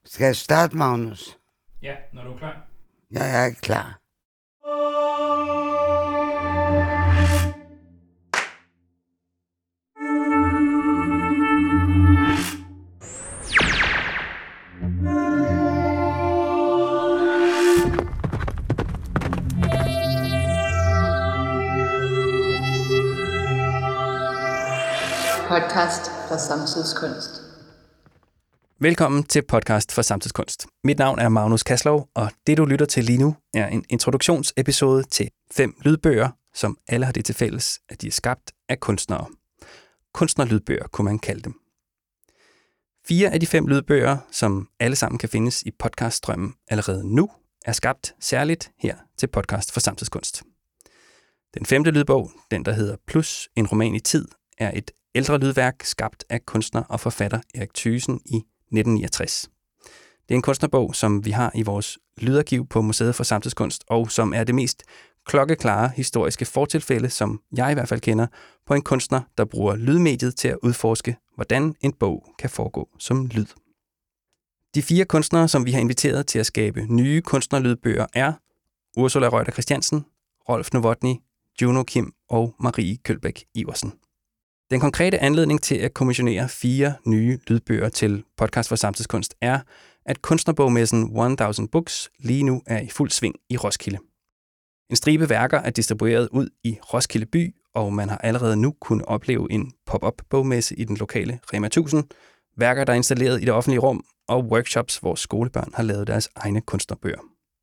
Skal jeg starte, Magnus? Ja, når du er klar. Jeg er klar. Podcast for samtidskunst. Velkommen til Podcast for Samtidskunst. Mit navn er Magnus Kaslov, og det du lytter til lige nu er en introduktionsepisode til 5 lydbøger, som alle har det til fælles, at de er skabt af kunstnere. Kunstnerlydbøger kunne man kalde dem. 4 af de 5 lydbøger, som alle sammen kan findes i podcaststrømmen allerede nu, er skabt særligt her til Podcast for Samtidskunst. Den 5. lydbog, den der hedder Plus, en roman i tid, er et ældre lydværk skabt af kunstner og forfatter Erik Thygesen i 1969. Det er en kunstnerbog, som vi har i vores lydarkiv på Museet for Samtidskunst, og som er det mest klokkeklare historiske fortilfælde, som jeg i hvert fald kender, på en kunstner, der bruger lydmediet til at udforske, hvordan en bog kan foregå som lyd. De 4 kunstnere, som vi har inviteret til at skabe nye kunstnerlydbøger, er Ursula Reuter Christiansen, Rolf Novotny, Juno Kim og Marie Kølbæk Iversen. Den konkrete anledning til at kommissionere 4 nye lydbøger til Podcast for Samtidskunst er, at kunstnerbogmessen 1000 Books lige nu er i fuld sving i Roskilde. En stribe værker er distribueret ud i Roskilde by, og man har allerede nu kunnet opleve en pop-up bogmesse i den lokale Rema 1000, værker, der er installeret i det offentlige rum, og workshops, hvor skolebørn har lavet deres egne kunstnerbøger.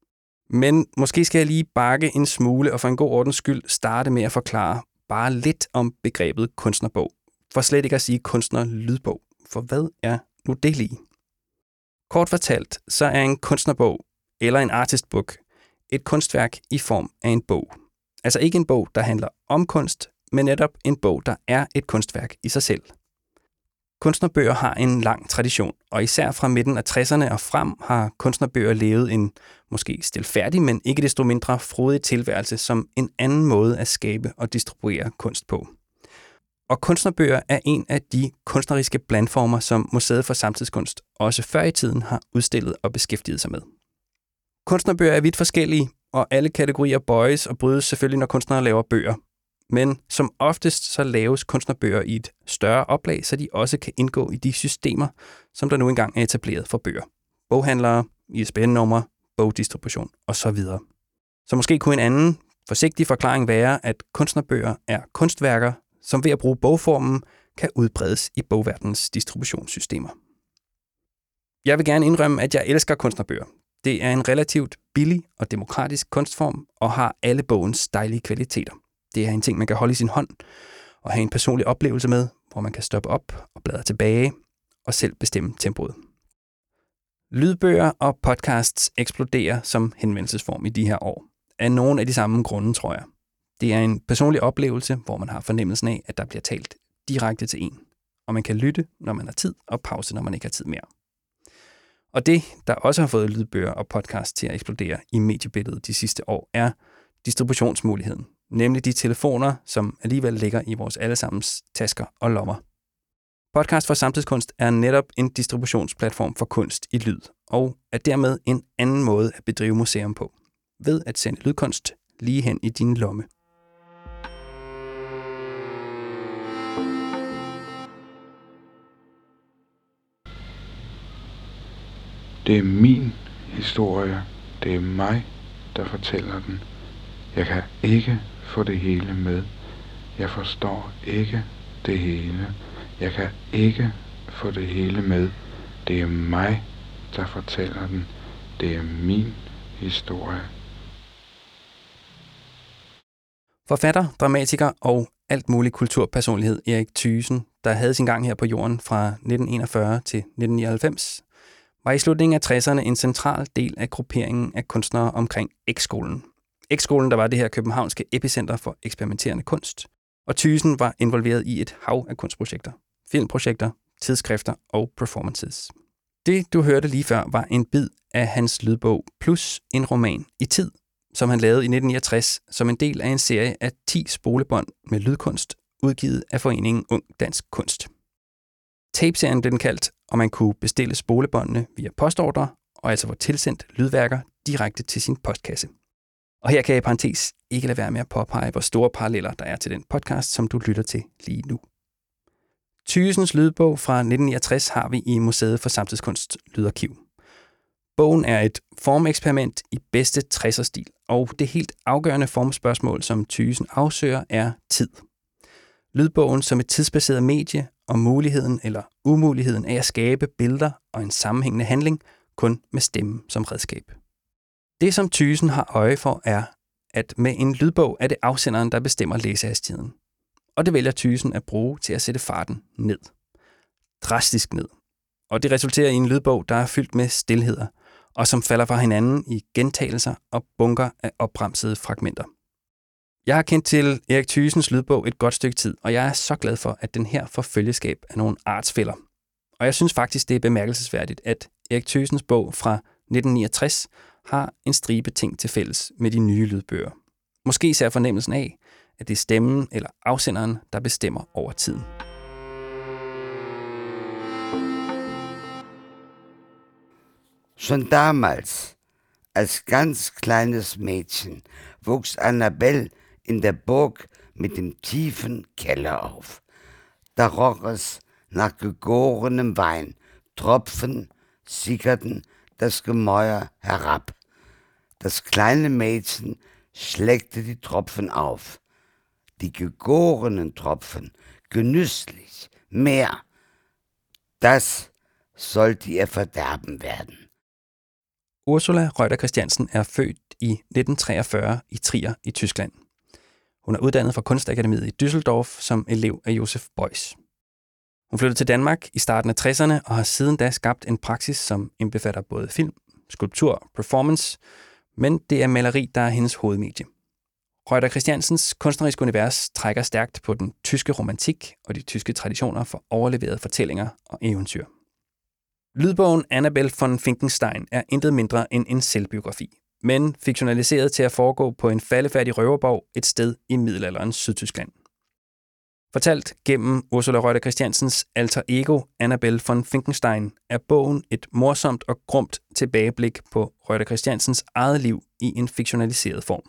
Men måske skal jeg lige bakke en smule og for en god ordens skyld starte med at forklare bare lidt om begrebet kunstnerbog, for slet ikke at sige kunstnerlydbog, for hvad er nu det lige? Kort fortalt, så er en kunstnerbog, eller en artistbook, et kunstværk i form af en bog. Altså ikke en bog, der handler om kunst, men netop en bog, der er et kunstværk i sig selv. Kunstnerbøger har en lang tradition, og især fra midten af 60'erne og frem har kunstnerbøger levet en måske stilfærdig, men ikke desto mindre frodig tilværelse som en anden måde at skabe og distribuere kunst på. Og kunstnerbøger er en af de kunstneriske blandformer, som Museet for Samtidskunst også før i tiden har udstillet og beskæftiget sig med. Kunstnerbøger er vidt forskellige, og alle kategorier bøjes og brydes selvfølgelig, når kunstnere laver bøger. Men som oftest så laves kunstnerbøger i et større oplag, så de også kan indgå i de systemer, som der nu engang er etableret for bøger. Boghandlere, ISBN-numre, bogdistribution osv. Så måske kunne en anden forsigtig forklaring være, at kunstnerbøger er kunstværker, som ved at bruge bogformen kan udbredes i bogverdenens distributionssystemer. Jeg vil gerne indrømme, at jeg elsker kunstnerbøger. Det er en relativt billig og demokratisk kunstform og har alle bogens dejlige kvaliteter. Det er en ting, man kan holde i sin hånd og have en personlig oplevelse med, hvor man kan stoppe op og bladre tilbage og selv bestemme tempoet. Lydbøger og podcasts eksploderer som henvendelsesform i de her år. Af nogle af de samme grunde, tror jeg. Det er en personlig oplevelse, hvor man har fornemmelsen af, at der bliver talt direkte til en. Og man kan lytte, når man har tid, og pause, når man ikke har tid mere. Og det, der også har fået lydbøger og podcasts til at eksplodere i mediebilledet de sidste år, er distributionsmuligheden. Nemlig de telefoner, som alligevel ligger i vores allesammens tasker og lommer. Podcast for Samtidskunst er netop en distributionsplatform for kunst i lyd, og er dermed en anden måde at bedrive museum på, ved at sende lydkunst lige hen i din lomme. Det er min historie. Det er mig, der fortæller den. Jeg kan ikke få det hele med. Jeg forstår ikke det hele. Jeg kan ikke få det hele med. Det er mig, der fortæller den. Det er min historie. Forfatter, dramatiker og alt mulig kulturpersonlighed Erik Thygesen, der havde sin gang her på jorden fra 1941 til 1999, var i slutningen af 60'erne en central del af grupperingen af kunstnere omkring X-skolen. X-skolen, der var det her københavnske epicenter for eksperimenterende kunst, og Thygesen var involveret i et hav af kunstprojekter, filmprojekter, tidsskrifter og performances. Det, du hørte lige før, var en bid af hans lydbog Plus, en roman i tid, som han lavede i 1969 som en del af en serie af 10 spolebånd med lydkunst, udgivet af foreningen Ung Dansk Kunst. Tape-serien blev den kaldt, og man kunne bestille spolebåndene via postordre, og altså få tilsendt lydværker direkte til sin postkasse. Og her kan jeg i parentes ikke lade være med at påpege, hvor store paralleller der er til den podcast, som du lytter til lige nu. Thygessens lydbog fra 1969 har vi i Museet for Samtidskunst Lydarkiv. Bogen er et formeksperiment i bedste 60'er-stil, og det helt afgørende formspørgsmål, som Thygessen afsøger, er tid. Lydbogen som et tidsbaseret medie og muligheden eller umuligheden af at skabe billeder og en sammenhængende handling kun med stemme som redskab. Det, som Thygessen har øje for, er, at med en lydbog er det afsenderen, der bestemmer læsehastigheden. Og det vælger Thygessen at bruge til at sætte farten ned. Drastisk ned. Og det resulterer i en lydbog, der er fyldt med stilheder, og som falder fra hinanden i gentagelser og bunker af opbremsede fragmenter. Jeg har kendt til Erik Thyggessens lydbog et godt stykke tid, og jeg er så glad for, at den her får følgeskab af nogle artsfæller. Og jeg synes faktisk, det er bemærkelsesværdigt, at Erik Thyggessens bog fra 1969 har en stribe ting til fælles med de nye lydbøger. Måske især fornemmelsen af, at det er stemmen eller afsenderen, der bestemmer over tiden. Schon damals, als ganz kleines Mädchen, wuchs Annabelle in der Burg mit dem tiefen Keller auf. Da roch es nach gegorenem Wein. Tropfen sickerten das Gemäuer herab. Das kleine Mädchen schleckte die Tropfen auf. Die gegorenen Tropfen, genüsslich, mehr. Das sollte ihr Verderben werden. Ursula Reuter Christiansen er født i 1943 i Trier i Tyskland. Hun er uddannet fra Kunstakademiet i Düsseldorf som elev af Josef Beuys. Hun flyttede til Danmark i starten af 60'erne og har siden da skabt en praksis, som indbefatter både film, skulptur, performance, men det er maleri, der er hendes hovedmedie. Reuter Christiansens kunstneriske univers trækker stærkt på den tyske romantik og de tyske traditioner for overleverede fortællinger og eventyr. Lydbogen Annabelle von Finkenstein er intet mindre end en selvbiografi, men fiktionaliseret til at foregå på en faldefærdig røverborg et sted i middelalderens Sydtyskland. Fortalt gennem Ursula Reuter Christiansens alter ego Annabelle von Finkenstein er bogen et morsomt og grumt tilbageblik på Reuter Christiansens eget liv i en fiktionaliseret form.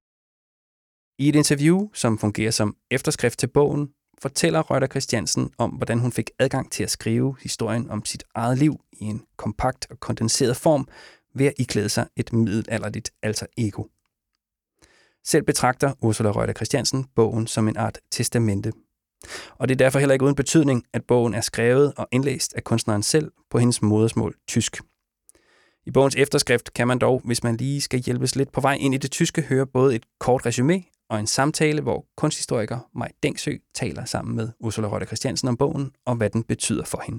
I et interview, som fungerer som efterskrift til bogen, fortæller Reuter Christiansen om, hvordan hun fik adgang til at skrive historien om sit eget liv i en kompakt og kondenseret form ved at iklæde sig et middelalderligt alter ego. Selv betragter Ursula Reuter Christiansen bogen som en art testamente. Og det er derfor heller ikke uden betydning, at bogen er skrevet og indlæst af kunstneren selv på hendes modersmål tysk. I bogens efterskrift kan man dog, hvis man lige skal hjælpes lidt på vej ind i det tyske, høre både et kort resumé og en samtale, hvor kunsthistoriker Maj Dengsø taler sammen med Ursula Reuter Christiansen om bogen og hvad den betyder for hende.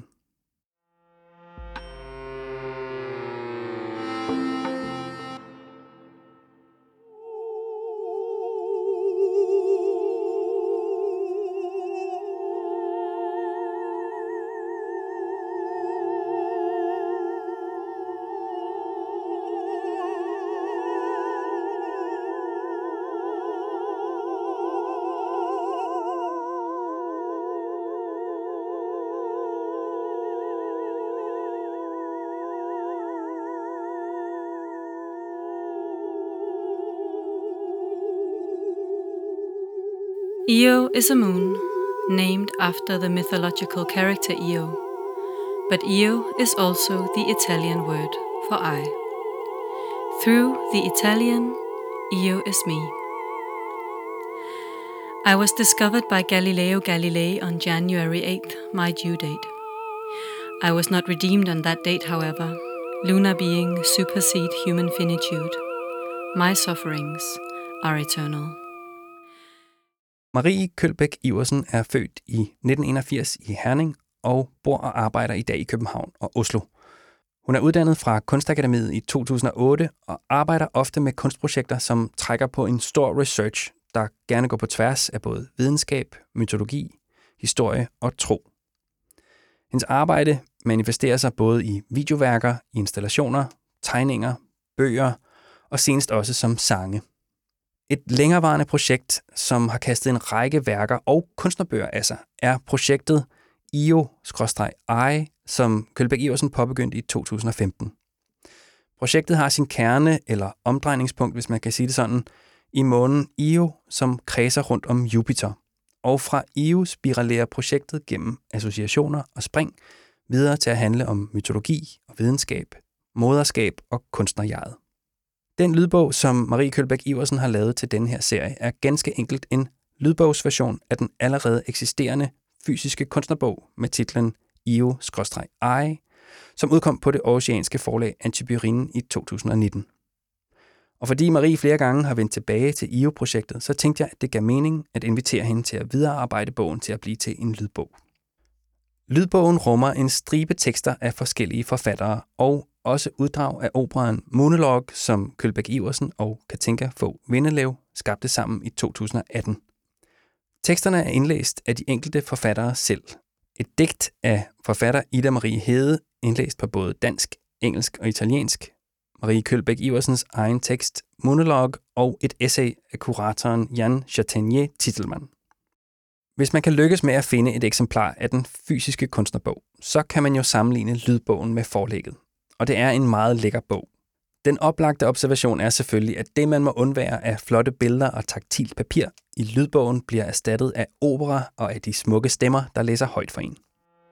Io is a moon, named after the mythological character Io. But Io is also the Italian word for I. Through the Italian, Io is me. I was discovered by Galileo Galilei on January 8th, my due date. I was not redeemed on that date, however. Lunar being supersede human finitude. My sufferings are eternal. Marie Kølbæk Iversen er født i 1981 i Herning og bor og arbejder i dag i København og Oslo. Hun er uddannet fra Kunstakademiet i 2008 og arbejder ofte med kunstprojekter, som trækker på en stor research, der gerne går på tværs af både videnskab, mytologi, historie og tro. Hendes arbejde manifesterer sig både i videoværker, i installationer, tegninger, bøger og senest også som sange. Et længerevarende projekt, som har kastet en række værker og kunstnerbøger af sig, er projektet IO-I, som Kølbæk Iversen påbegyndte i 2015. Projektet har sin kerne, eller omdrejningspunkt, hvis man kan sige det sådan, i månen Io, som kredser rundt om Jupiter. Og fra Io spiralerer projektet gennem associationer og spring videre til at handle om mytologi og videnskab, moderskab og kunstnerjeget. Den lydbog, som Marie Kølbæk Iversen har lavet til denne her serie, er ganske enkelt en lydbogsversion af den allerede eksisterende fysiske kunstnerbog med titlen IO-I, som udkom på det aarhusianske forlag Antipyrinen i 2019. Og fordi Marie flere gange har vendt tilbage til IO-projektet, så tænkte jeg, at det gav mening at invitere hende til at viderearbejde bogen til at blive til en lydbog. Lydbogen rummer en stribe tekster af forskellige forfattere, og også uddrag af operaen Monolog, som Kølbæk Iversen og Katinka Fogh Windelev skabte sammen i 2018. Teksterne er indlæst af de enkelte forfattere selv. Et digt af forfatter Ida Marie Hede, indlæst på både dansk, engelsk og italiensk, Marie Kølbæk Iversens egen tekst Monolog og et essay af kuratoren Jan Chatenier Titelmann. Hvis man kan lykkes med at finde et eksemplar af den fysiske kunstnerbog, så kan man jo sammenligne lydbogen med forlægget. Og det er en meget lækker bog. Den oplagte observation er selvfølgelig, at det man må undvære af flotte billeder og taktilt papir i lydbogen bliver erstattet af opera og af de smukke stemmer, der læser højt for en.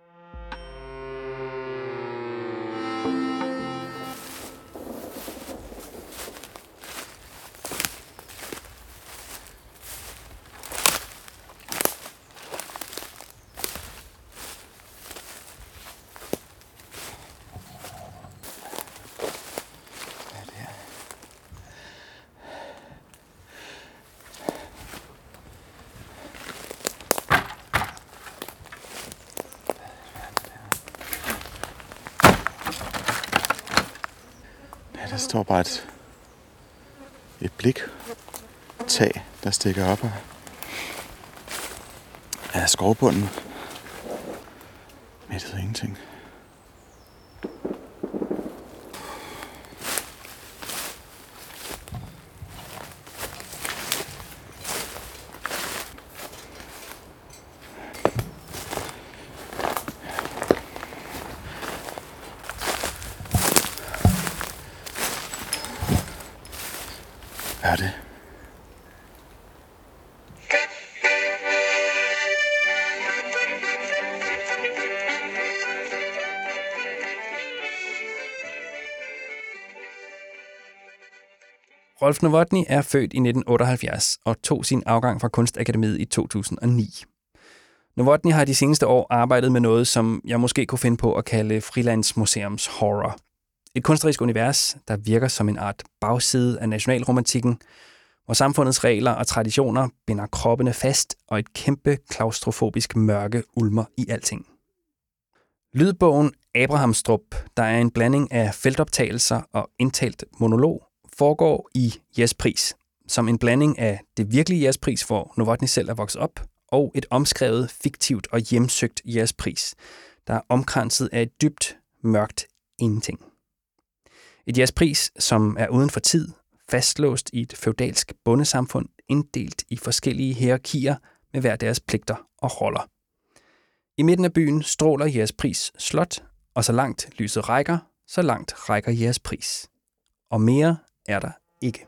Der står bare et bliktag, der stikker op af skovbunden. Midt ud ingenting. Hvad er det? Rolf Novotny er født i 1978 og tog sin afgang fra Kunstakademiet i 2009. Novotny har de seneste år arbejdet med noget, som jeg måske kunne finde på at kalde frilandsmuseums horror. Et kunstnerisk univers, der virker som en art bagside af nationalromantikken, hvor samfundets regler og traditioner binder kroppene fast, og et kæmpe klaustrofobisk mørke ulmer i alting. Lydbogen Abrahamstrup, der er en blanding af feltoptagelser og indtalt monolog, foregår i Jægerspris, som en blanding af det virkelige Jægerspris, hvor Novotny selv er vokset op, og et omskrevet, fiktivt og hjemsøgt Jægerspris, der er omkranset af et dybt, mørkt ingenting. Et Jægerspris, som er uden for tid, fastlåst i et feudalsk bondesamfund, inddelt i forskellige hierarkier med hver deres pligter og roller. I midten af byen stråler Jægerspris slot, og så langt lyset rækker, så langt rækker Jægerspris. Og mere er der ikke.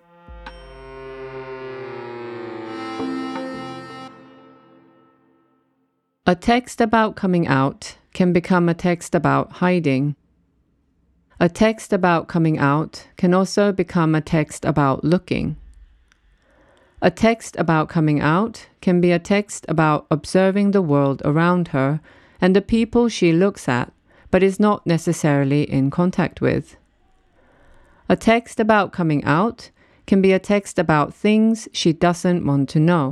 A text about coming out can become a text about hiding. A text about coming out can also become a text about looking. A text about coming out can be a text about observing the world around her and the people she looks at, but is not necessarily in contact with. A text about coming out can be a text about things she doesn't want to know.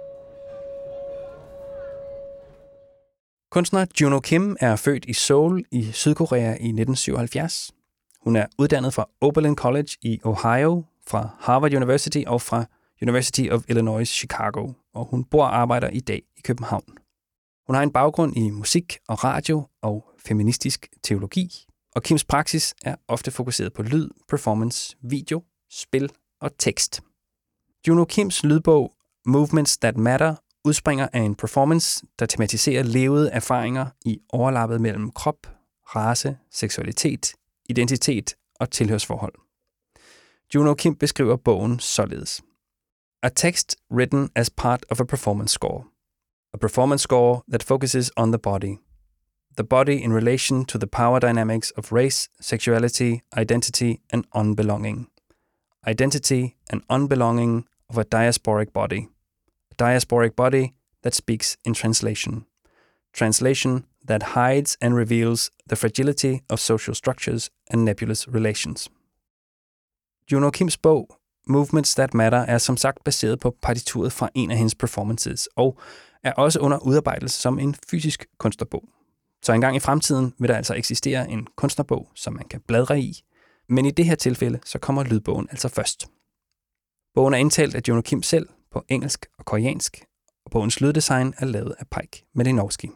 Kunstner Juno Kim er født i Seoul i Sydkorea i 1977. Hun er uddannet fra Oberlin College i Ohio, fra Harvard University og fra University of Illinois Chicago, og hun bor og arbejder i dag i København. Hun har en baggrund i musik og radio og feministisk teologi, og Kims praksis er ofte fokuseret på lyd, performance, video, spil og tekst. Juno Kims lydbog Movements That Matter udspringer af en performance, der tematiserer levede erfaringer i overlappet mellem krop, race, seksualitet, identitet og tilhørsforhold. Juno Kim beskriver bogen således. A text written as part of a performance score. A performance score that focuses on the body. The body in relation to the power dynamics of race, sexuality, identity and unbelonging. Identity and unbelonging of a diasporic body. A diasporic body that speaks in translation. Translation that hides and reveals the fragility of social structures and nebulous relations. Juno Kims bog, Movements That Matter, er som sagt baseret på partituret fra en af hendes performances, og er også under udarbejdelse som en fysisk kunstnerbog. Så engang i fremtiden vil der altså eksistere en kunstnerbog, som man kan bladre i, men i det her tilfælde, så kommer lydbogen altså først. Bogen er indtalt af Juno Kim selv på engelsk og koreansk, og bogens lyddesign er lavet af Pike Malinowski.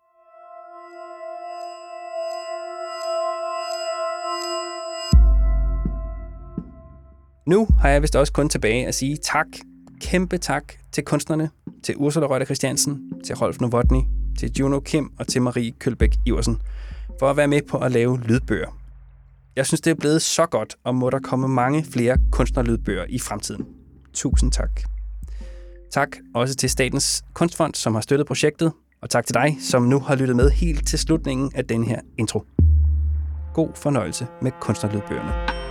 Nu har jeg vist også kun tilbage at sige tak, kæmpe tak til kunstnerne, til Ursula Reuter Christiansen, til Rolf Novotny, til Juno Kim og til Marie Kølbæk Iversen, for at være med på at lave lydbøger. Jeg synes, det er blevet så godt, og må der komme mange flere kunstnerlydbøger i fremtiden. Tusind tak. Tak også til Statens Kunstfond, som har støttet projektet, og tak til dig, som nu har lyttet med helt til slutningen af den her intro. God fornøjelse med kunstnerlydbøgerne.